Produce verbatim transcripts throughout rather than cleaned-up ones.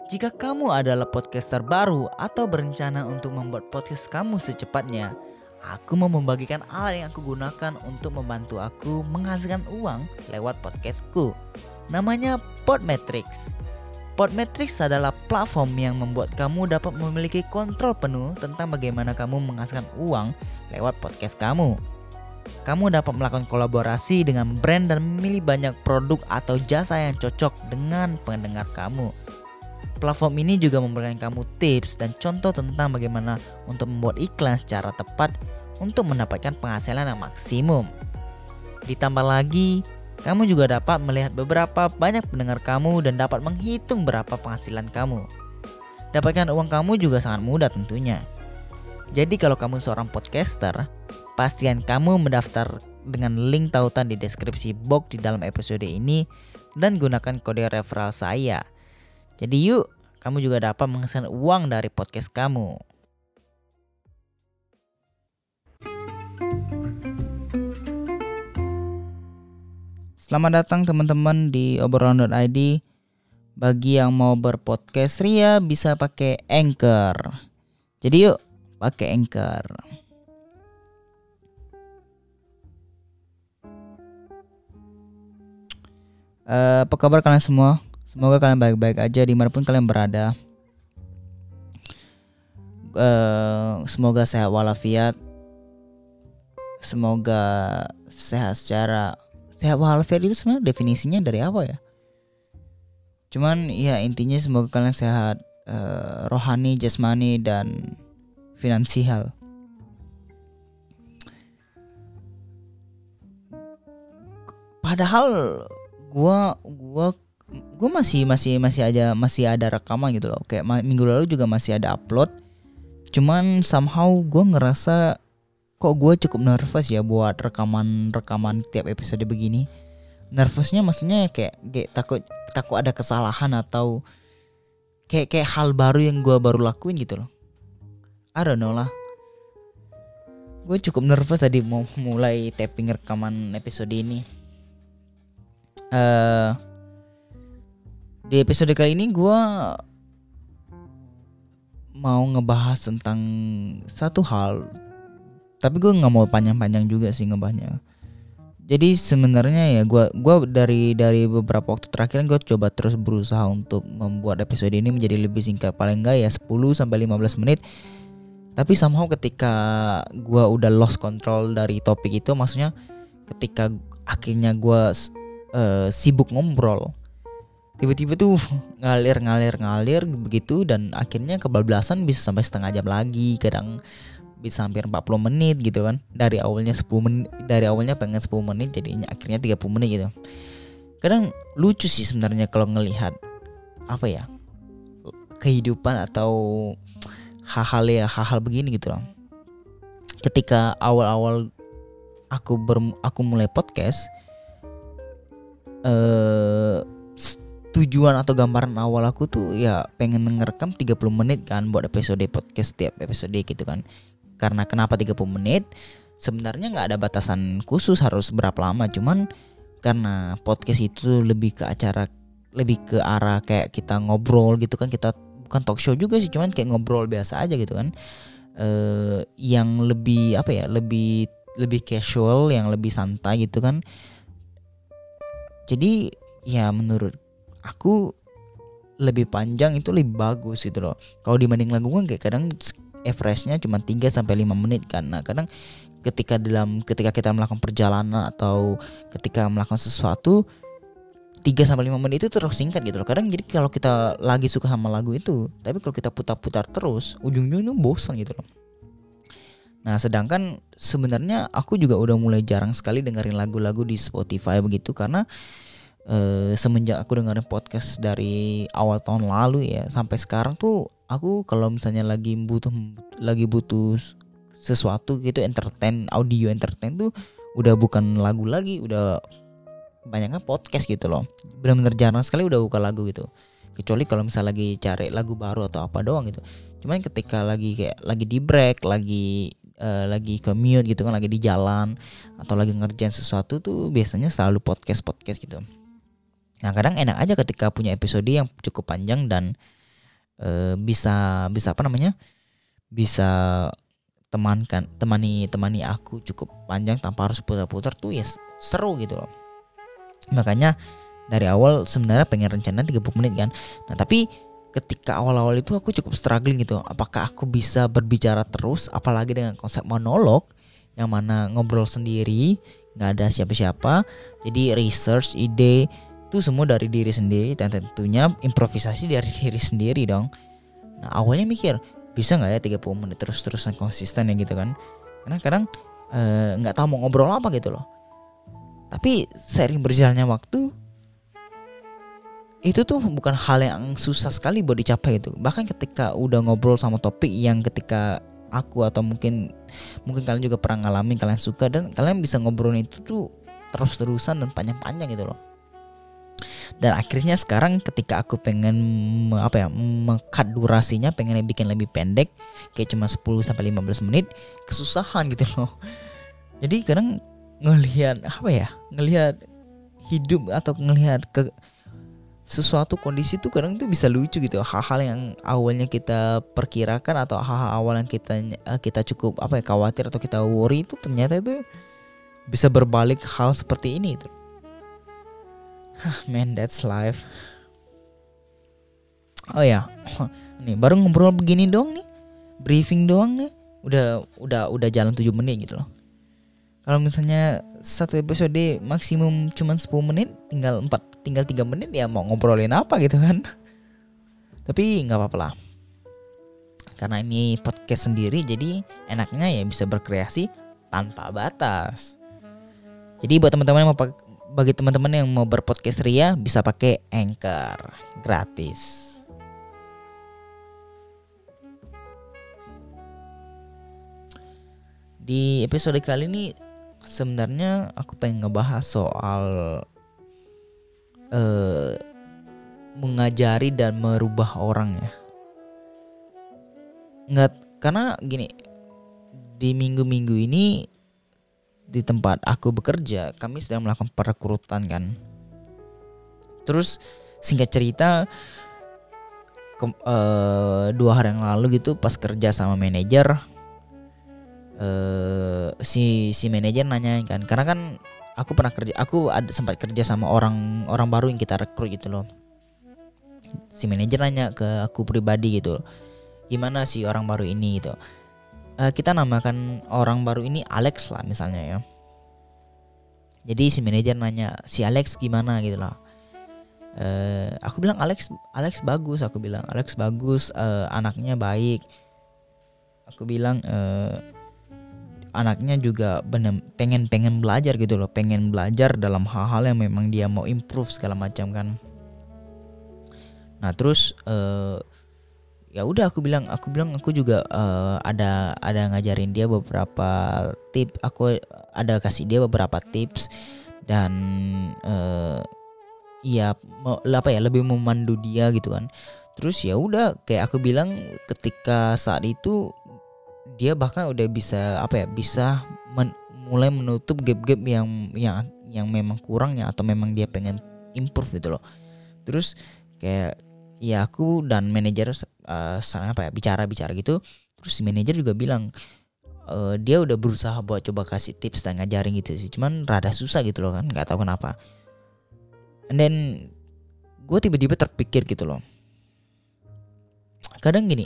Jika kamu adalah podcaster baru atau berencana untuk membuat podcast kamu secepatnya, aku mau membagikan alat yang aku gunakan untuk membantu aku menghasilkan uang lewat podcastku. Namanya Podmetrics. Podmetrics adalah platform yang membuat kamu dapat memiliki kontrol penuh tentang bagaimana kamu menghasilkan uang lewat podcast kamu. Kamu dapat melakukan kolaborasi dengan brand dan memilih banyak produk atau jasa yang cocok dengan pendengar kamu. Platform ini juga memberikan kamu tips dan contoh tentang bagaimana untuk membuat iklan secara tepat untuk mendapatkan penghasilan yang maksimum. Ditambah lagi, kamu juga dapat melihat beberapa banyak pendengar kamu dan dapat menghitung berapa penghasilan kamu. Dapatkan uang kamu juga sangat mudah tentunya. Jadi kalau kamu seorang podcaster, pastikan kamu mendaftar dengan link tautan di deskripsi box di dalam episode ini dan gunakan kode referral saya. Jadi yuk, kamu juga dapat menghasilkan uang dari podcast kamu. Selamat datang teman-teman di obrolan dot i d. Bagi yang mau berpodcast ria bisa pakai Anchor. Jadi yuk, pakai Anchor. Uh, apa kabar kalian semua? Semoga kalian baik-baik aja dimanapun kalian berada. uh, Semoga sehat walafiat. Semoga sehat secara Sehat walafiat itu sebenarnya definisinya dari apa ya? Cuman ya intinya semoga kalian sehat uh, rohani, jasmani, dan finansial. Padahal gua gua gue masih masih masih aja masih ada rekaman gitu loh, kayak minggu lalu juga masih ada upload. Cuman somehow gue ngerasa kok gue cukup nervous ya buat rekaman rekaman tiap episode begini. Nervousnya maksudnya kayak, kayak takut takut ada kesalahan atau kayak kayak hal baru yang gue baru lakuin gitu loh. I don't know lah. Gue cukup nervous tadi mau mulai tapping rekaman episode ini. Eh uh, Di episode kali ini gue mau ngebahas tentang satu hal, tapi gue nggak mau panjang-panjang juga sih ngebahasnya. Jadi sebenarnya ya gue gue dari dari beberapa waktu terakhir gue coba terus berusaha untuk membuat episode ini menjadi lebih singkat, paling enggak ya sepuluh sampai lima belas menit. Tapi somehow ketika gue udah lost control dari topik itu, maksudnya ketika akhirnya gue uh, sibuk ngobrol, tiba-tiba tuh ngalir-ngalir-ngalir begitu, dan akhirnya kebablasan bisa sampai setengah jam lagi, kadang bisa hampir empat puluh menit gitu kan. Dari awalnya sepuluh menit, dari awalnya pengen sepuluh menit jadinya akhirnya tiga puluh menit gitu. Kadang lucu sih sebenarnya kalau ngelihat apa ya, kehidupan atau hal-hal ya hal-hal begini gitu loh. Ketika awal-awal aku ber, aku mulai podcast, eh tujuan atau gambaran awal aku tuh ya pengen ngerekam tiga puluh menit kan buat episode podcast tiap episode gitu kan. Karena kenapa tiga puluh menit? Sebenarnya enggak ada batasan khusus harus berapa lama, cuman karena podcast itu lebih ke acara, lebih ke arah kayak kita ngobrol gitu kan. Kita bukan talk show juga sih, cuman kayak ngobrol biasa aja gitu kan. Eh yang lebih apa ya? Lebih lebih casual, yang lebih santai gitu kan. Jadi ya menurut aku lebih panjang itu lebih bagus gitu loh. Kalau dibanding lagu kan kayak kadang average-nya cuma tiga sampai lima menit kan. Nah, kadang ketika dalam ketika kita melakukan perjalanan atau ketika melakukan sesuatu, tiga sampai lima menit itu terus singkat gitu loh. Kadang jadi kalau kita lagi suka sama lagu itu, tapi kalau kita putar-putar terus, ujung-ujungnya bosan gitu loh. Nah, sedangkan sebenarnya aku juga udah mulai jarang sekali dengerin lagu-lagu di Spotify begitu, karena Uh, semenjak aku dengerin podcast dari awal tahun lalu ya sampai sekarang tuh aku kalau misalnya lagi butuh lagi butuh sesuatu gitu, entertain, audio entertain tuh udah bukan lagu lagi, udah banyaknya podcast gitu loh. Benar-benar jarang sekali udah buka lagu gitu, kecuali kalau misalnya lagi cari lagu baru atau apa doang gitu. Cuman ketika lagi kayak lagi di break, lagi uh, lagi commute gitu kan, lagi di jalan atau lagi ngerjain sesuatu tuh biasanya selalu podcast-podcast gitu. Nah kadang enak aja ketika punya episode yang cukup panjang dan uh, bisa bisa apa namanya bisa temankan temani temani aku cukup panjang tanpa harus putar-putar tuh ya seru gitu loh. Makanya dari awal sebenarnya pengen rencana tiga puluh menit kan. Nah tapi ketika awal-awal itu aku cukup struggling gitu. Apakah aku bisa berbicara terus, apalagi dengan konsep monolog yang mana ngobrol sendiri, nggak ada siapa-siapa. Jadi research, ide itu semua dari diri sendiri dan tentunya improvisasi dari diri sendiri dong. Nah awalnya mikir bisa nggak ya tiga puluh menit terus-terusan konsisten ya gitu kan. Karena kadang nggak eh, tahu mau ngobrol apa gitu loh. Tapi seiring berjalannya waktu itu tuh bukan hal yang susah sekali buat dicapai itu. Bahkan ketika udah ngobrol sama topik yang ketika aku atau mungkin mungkin kalian juga pernah ngalamin, kalian suka dan kalian bisa ngobrolin itu tuh terus-terusan dan panjang-panjang gitu loh. Dan akhirnya sekarang ketika aku pengen apa ya, meng-cut durasinya, pengen bikin lebih pendek kayak cuma sepuluh sampai lima belas menit, kesusahan gitu loh. Jadi kadang ngelihat apa ya, ngelihat hidup atau ngelihat ke sesuatu kondisi tuh kadang tuh bisa lucu gitu. Hal-hal yang awalnya kita perkirakan atau hal-hal awal yang kita kita cukup apa ya khawatir atau kita worry itu ternyata itu bisa berbalik hal seperti ini itu. Man, that's life. Oh ya, nih baru ngobrol begini doang nih, briefing doang nih, udah udah udah jalan tujuh menit gitu loh. Kalau misalnya satu episode maksimum cuma sepuluh menit, tinggal empat tinggal tiga menit ya mau ngobrolin apa gitu kan. Tapi enggak apa-apa lah. Karena ini podcast sendiri jadi enaknya ya bisa berkreasi tanpa batas. Jadi buat teman-teman yang mau bagi teman-teman yang mau berpodcast ria bisa pakai Anchor gratis. Di episode kali ini sebenarnya aku pengen ngebahas soal uh, mengajari dan merubah orang ya. Nggak, karena gini, di minggu-minggu ini di tempat aku bekerja kami sedang melakukan perekrutan kan. Terus singkat cerita ke, uh, dua hari yang lalu gitu pas kerja sama manajer, uh, si si manajer nanyain kan, karena kan aku pernah kerja, aku ada sempat kerja sama orang orang baru yang kita rekrut gitu loh. Si manajer nanya ke aku pribadi gitu, gimana sih orang baru ini gitu. Uh, kita namakan orang baru ini Alex lah misalnya ya. Jadi si manajer nanya si Alex gimana gitu loh. Uh, aku bilang Alex Alex bagus, aku bilang Alex bagus, uh, anaknya baik. Aku bilang uh, anaknya juga bener pengen pengen belajar gitu loh, pengen belajar dalam hal-hal yang memang dia mau improve segala macam kan. Nah terus uh, ya udah aku bilang aku bilang aku juga uh, ada ada ngajarin dia beberapa tips, aku ada kasih dia beberapa tips dan uh, ya apa ya lebih memandu dia gitu kan. Terus ya udah kayak aku bilang ketika saat itu dia bahkan udah bisa apa ya bisa men, mulai menutup gap-gap yang yang yang memang kurang ya atau memang dia pengen improve gitu loh. Terus kayak ya aku dan manajer uh, apa ya bicara-bicara gitu. Terus si manajer juga bilang uh, dia udah berusaha buat coba kasih tips dan ngajarin gitu sih, cuman rada susah gitu loh kan, nggak tahu kenapa. And then gue tiba-tiba terpikir gitu loh, kadang gini,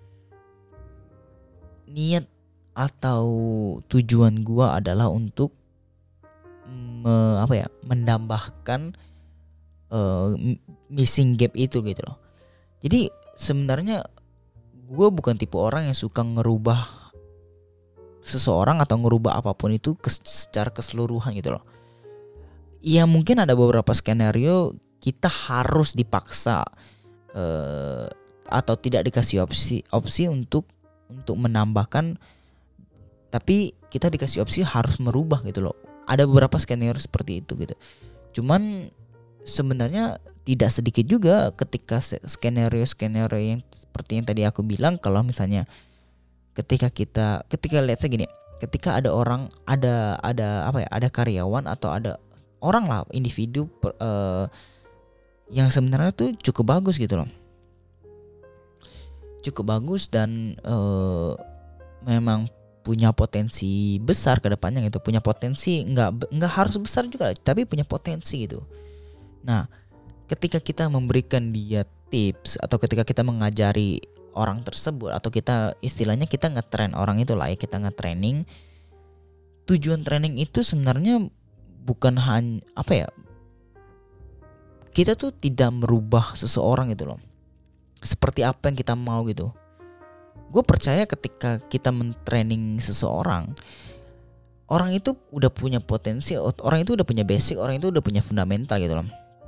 niat atau tujuan gue adalah untuk me, apa ya menambahkan uh, missing gap itu gitu loh. Jadi sebenarnya gue bukan tipe orang yang suka ngerubah seseorang atau ngerubah apapun itu kes, secara keseluruhan gitu loh. Ya mungkin ada beberapa skenario kita harus dipaksa uh, atau tidak dikasih opsi opsi untuk untuk menambahkan, tapi kita dikasih opsi harus merubah gitu loh. Ada beberapa skenario seperti itu gitu. Cuman sebenarnya tidak sedikit juga ketika skenario-skenario yang seperti yang tadi aku bilang, kalau misalnya ketika kita ketika lihat segini, ketika ada orang ada ada apa ya ada karyawan atau ada orang lah individu per, uh, yang sebenarnya tuh cukup bagus gitu loh. cukup bagus dan uh, memang punya potensi besar ke depannya gitu. Punya potensi nggak nggak harus besar juga, tapi punya potensi gitu. Nah, ketika kita memberikan dia tips atau ketika kita mengajari orang tersebut atau kita istilahnya kita nge-train orang itu lah ya, kita nge-training. Tujuan training itu sebenarnya bukan hanya apa ya? Kita tuh tidak merubah seseorang gitu loh. Seperti apa yang kita mau gitu. Gue percaya ketika kita mentraining seseorang, orang itu udah punya potensi, orang itu udah punya basic, orang itu udah punya fundamental gitu loh.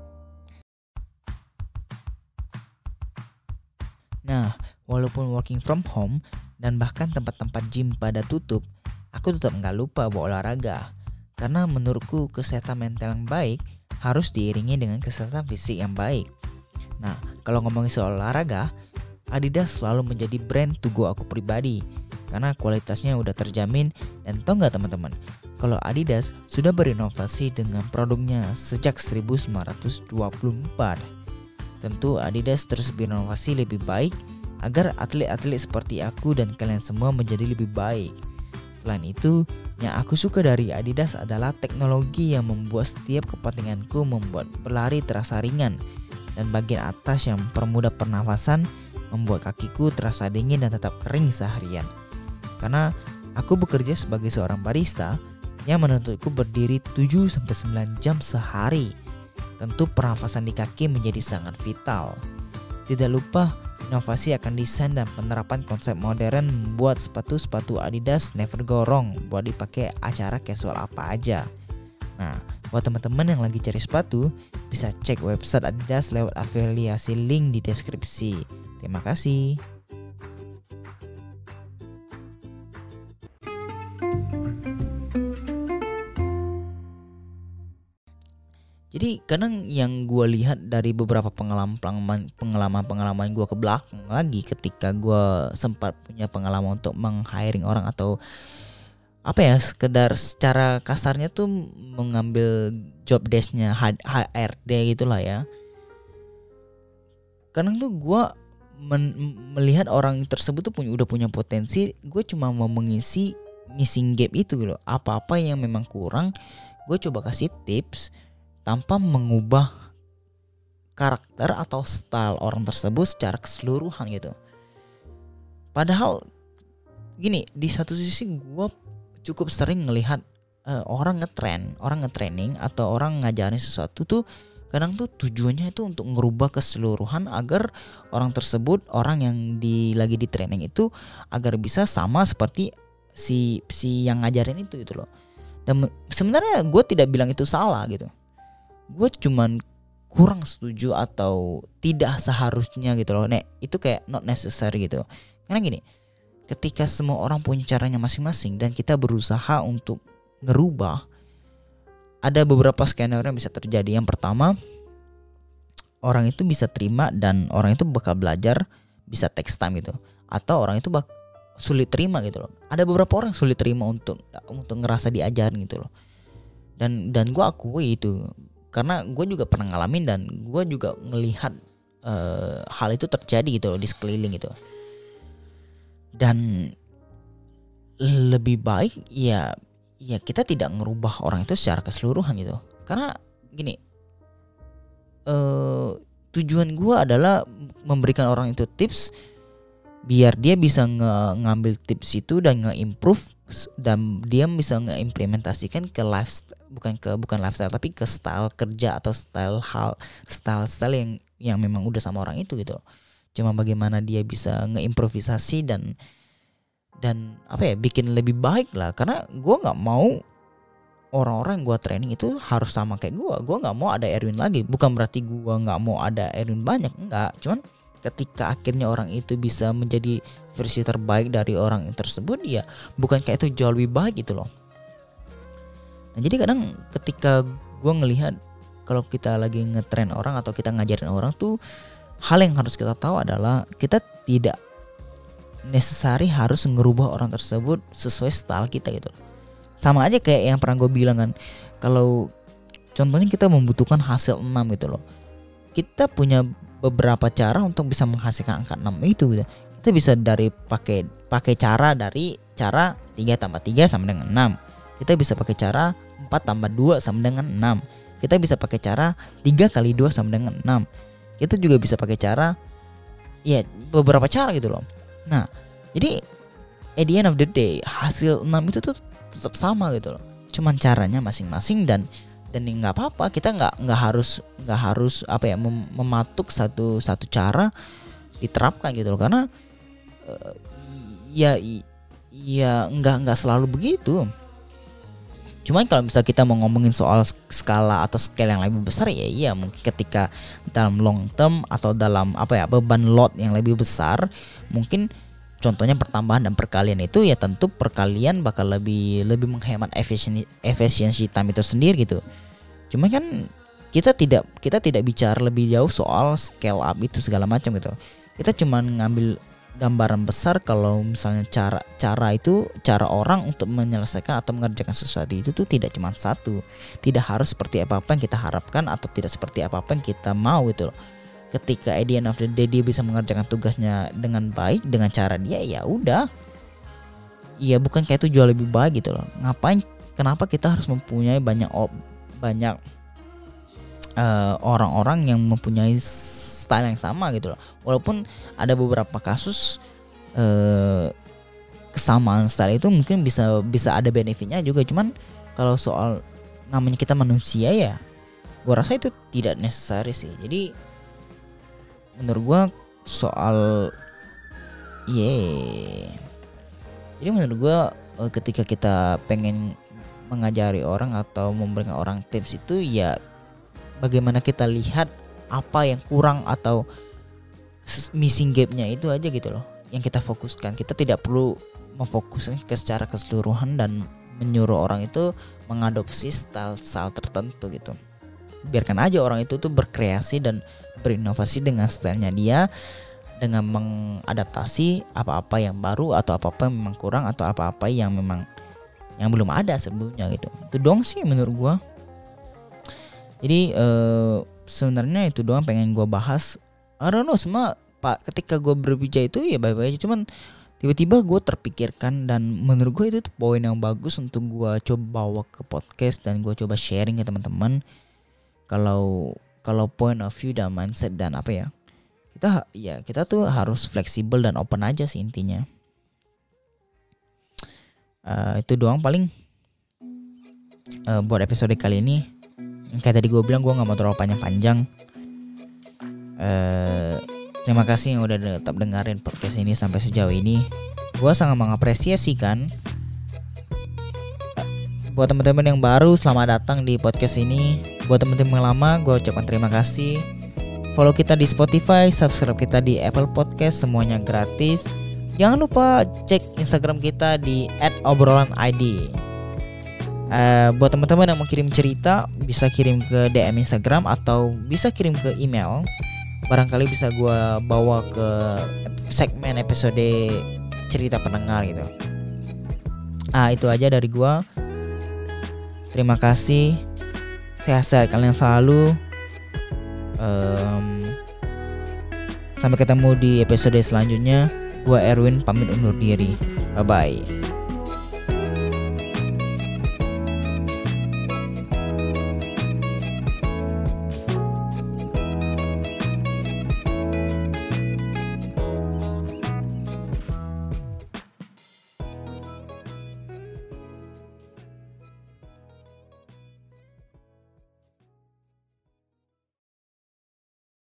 Nah, walaupun working from home dan bahkan tempat-tempat gym pada tutup, aku tetap gak lupa bawa olahraga. Karena menurutku kesehatan mental yang baik harus diiringi dengan kesehatan fisik yang baik. Nah, kalau ngomongin soal olahraga, Adidas selalu menjadi brand to go aku pribadi karena kualitasnya udah terjamin. Dan tau gak teman-teman, kalau Adidas sudah berinovasi dengan produknya sejak seribu sembilan ratus dua puluh empat. Tentu Adidas terus berinovasi lebih baik agar atlet-atlet seperti aku dan kalian semua menjadi lebih baik. Selain itu, yang aku suka dari Adidas adalah teknologi yang membuat setiap kepentinganku membuat berlari terasa ringan, dan bagian atas yang mempermudah pernafasan membuat kakiku terasa dingin dan tetap kering seharian. Karena aku bekerja sebagai seorang barista yang menuntutku berdiri tujuh sampai sembilan jam sehari. Tentu pernafasan di kaki menjadi sangat vital. Tidak lupa, inovasi akan desain dan penerapan konsep modern membuat sepatu-sepatu Adidas never go wrong buat dipakai acara casual apa aja. Nah, buat teman-teman yang lagi cari sepatu, bisa cek website Adidas lewat afiliasi link di deskripsi. Terima kasih. Jadi kadang yang gue lihat dari beberapa pengalaman pengalaman gue ke belakang lagi, ketika gue sempat punya pengalaman untuk meng-hiring orang atau apa ya, sekedar secara kasarnya tuh mengambil job desk-nya H R D gitulah ya. Kadang tuh gue men- melihat orang tersebut tuh punya udah punya potensi, gue cuma mau mengisi missing gap itu gitu. Apa-apa yang memang kurang, gue coba kasih tips tanpa mengubah karakter atau style orang tersebut secara keseluruhan gitu. Padahal gini, di satu sisi gue cukup sering ngelihat uh, orang ngetrain, orang ngetraining atau orang ngajarin sesuatu tuh kadang tuh tujuannya itu untuk ngerubah keseluruhan agar orang tersebut, orang yang di lagi di training itu agar bisa sama seperti si si yang ngajarin itu gitu loh. Dan sebenarnya gue tidak bilang itu salah gitu. Gue cuman kurang setuju atau tidak seharusnya gitu loh. Nek, itu kayak not necessary gitu. Karena gini, ketika semua orang punya caranya masing-masing dan kita berusaha untuk ngerubah, ada beberapa skenario yang bisa terjadi. Yang pertama, orang itu bisa terima dan orang itu bakal belajar, bisa takes time gitu. Atau orang itu bak sulit terima gitu loh. Ada beberapa orang sulit terima untuk untuk ngerasa diajarin gitu loh. Dan dan gue akui itu, karena gue juga pernah ngalamin dan gue juga ngelihat uh, hal itu terjadi gitu loh di sekeliling gitu. Dan lebih baik ya ya kita tidak ngerubah orang itu secara keseluruhan gitu. Karena gini, uh, tujuan gue adalah memberikan orang itu tips biar dia bisa nge- ngambil tips itu dan nge-improve dan dia bisa nge-implementasikan ke lifestyle, bukan ke bukan lifestyle tapi ke style kerja atau style hal style style yang yang memang udah sama orang itu gitu. Cuma bagaimana dia bisa ngeimprovisasi dan dan apa ya, bikin lebih baik lah. Karena gue nggak mau orang-orang yang gue training itu harus sama kayak gue. Gue nggak mau ada Erwin lagi. Bukan berarti gue nggak mau ada Erwin banyak, enggak. Cuman ketika akhirnya orang itu bisa menjadi versi terbaik dari orang tersebut, ya bukan kayak itu jauh lebih baik gitu loh. Nah jadi kadang ketika gue ngelihat kalau kita lagi ngetrain orang atau kita ngajarin orang tuh, hal yang harus kita tahu adalah kita tidak necessary harus ngerubah orang tersebut sesuai style kita gitu. Sama aja kayak yang pernah gue bilang kan, kalau contohnya kita membutuhkan hasil enam gitu loh. Kita punya beberapa cara untuk bisa menghasilkan angka enam itu gitu. Kita bisa dari pakai pakai cara dari cara tiga tambah tiga sama dengan enam. Kita bisa pakai cara empat tambah dua sama dengan enam. Kita bisa pakai cara tiga kali dua sama dengan enam. Kita juga bisa pakai cara ya beberapa cara gitu loh. Nah, jadi at the end of the day hasil enam itu tuh tetap sama gitu loh. Cuman caranya masing-masing dan dan nggak apa-apa, kita nggak nggak harus nggak harus apa ya mem- mematuk satu satu cara diterapkan gitu loh, karena uh, ya ya nggak nggak selalu begitu. Cuman kalau misalnya kita mau ngomongin soal skala atau scale yang lebih besar, ya iya mungkin ketika dalam long term atau dalam apa ya beban load yang lebih besar, mungkin contohnya pertambahan dan perkalian itu ya tentu perkalian bakal lebih lebih menghemat efisiensi efisiensi time itu sendiri gitu. Cuma kan kita tidak kita tidak bicara lebih jauh soal scale up itu segala macam gitu. Kita cuma ngambil gambaran besar kalau misalnya cara cara itu cara orang untuk menyelesaikan atau mengerjakan sesuatu itu tuh tidak cuma satu. Tidak harus seperti apa-apa yang kita harapkan atau tidak seperti apa-apa yang kita mau gitu loh. Ketika at the end of the day dia bisa mengerjakan tugasnya dengan baik dengan cara dia, ya udah. Iya, bukan kayak itu jauh lebih baik gitu loh. Ngapain kenapa kita harus mempunyai banyak banyak uh, orang-orang yang mempunyai style yang sama gitu loh. Walaupun ada beberapa kasus uh, kesamaan style itu mungkin bisa bisa ada benefitnya juga, cuman kalau soal namanya kita manusia ya gua rasa itu tidak necessary sih. Jadi menurut gue soal yeah. Jadi menurut gue ketika kita pengen mengajari orang atau memberikan orang tips itu ya bagaimana kita lihat apa yang kurang atau missing gapnya itu aja gitu loh yang kita fokuskan. Kita tidak perlu memfokuskan ke secara keseluruhan dan menyuruh orang itu mengadopsi style-style tertentu gitu. Biarkan aja orang itu tuh berkreasi dan berinovasi dengan stylenya dia, dengan mengadaptasi apa-apa yang baru atau apa-apa yang memang kurang atau apa-apa yang memang yang belum ada sebelumnya gitu. Itu dong sih menurut gua. Jadi uh, sebenarnya itu doang pengen gua bahas. I don't know, semua pak ketika gua berbicara itu ya baik-baik aja, cuman tiba-tiba gua terpikirkan dan menurut gua itu tuh poin yang bagus untuk gua coba bawa ke podcast dan gua coba sharing ke teman-teman. Kalau kalau point of view dan mindset dan apa ya, kita ya kita tuh harus fleksibel dan open aja sih intinya. Uh, itu doang paling uh, buat episode kali ini. Kayak tadi gue bilang, gue nggak mau terlalu panjang-panjang. Uh, terima kasih yang udah tetap dengerin podcast ini sampai sejauh ini. Gue sangat mengapresiasi kan. Uh, buat teman-teman yang baru, selamat datang di podcast ini. Buat teman-teman yang lama, gue ucapkan terima kasih. Follow kita di Spotify, subscribe kita di Apple Podcast, semuanya gratis. Jangan lupa cek Instagram kita di et obrolan i d. Uh, buat teman-teman yang mau kirim cerita, bisa kirim ke D M Instagram atau bisa kirim ke email. Barangkali bisa gue bawa ke segmen episode cerita pendengar gitu. Ah, itu aja dari gue. Terima kasih. Sehat-sehat kalian selalu. um, Sampai ketemu di episode selanjutnya. Gua Erwin pamit undur diri. Bye bye.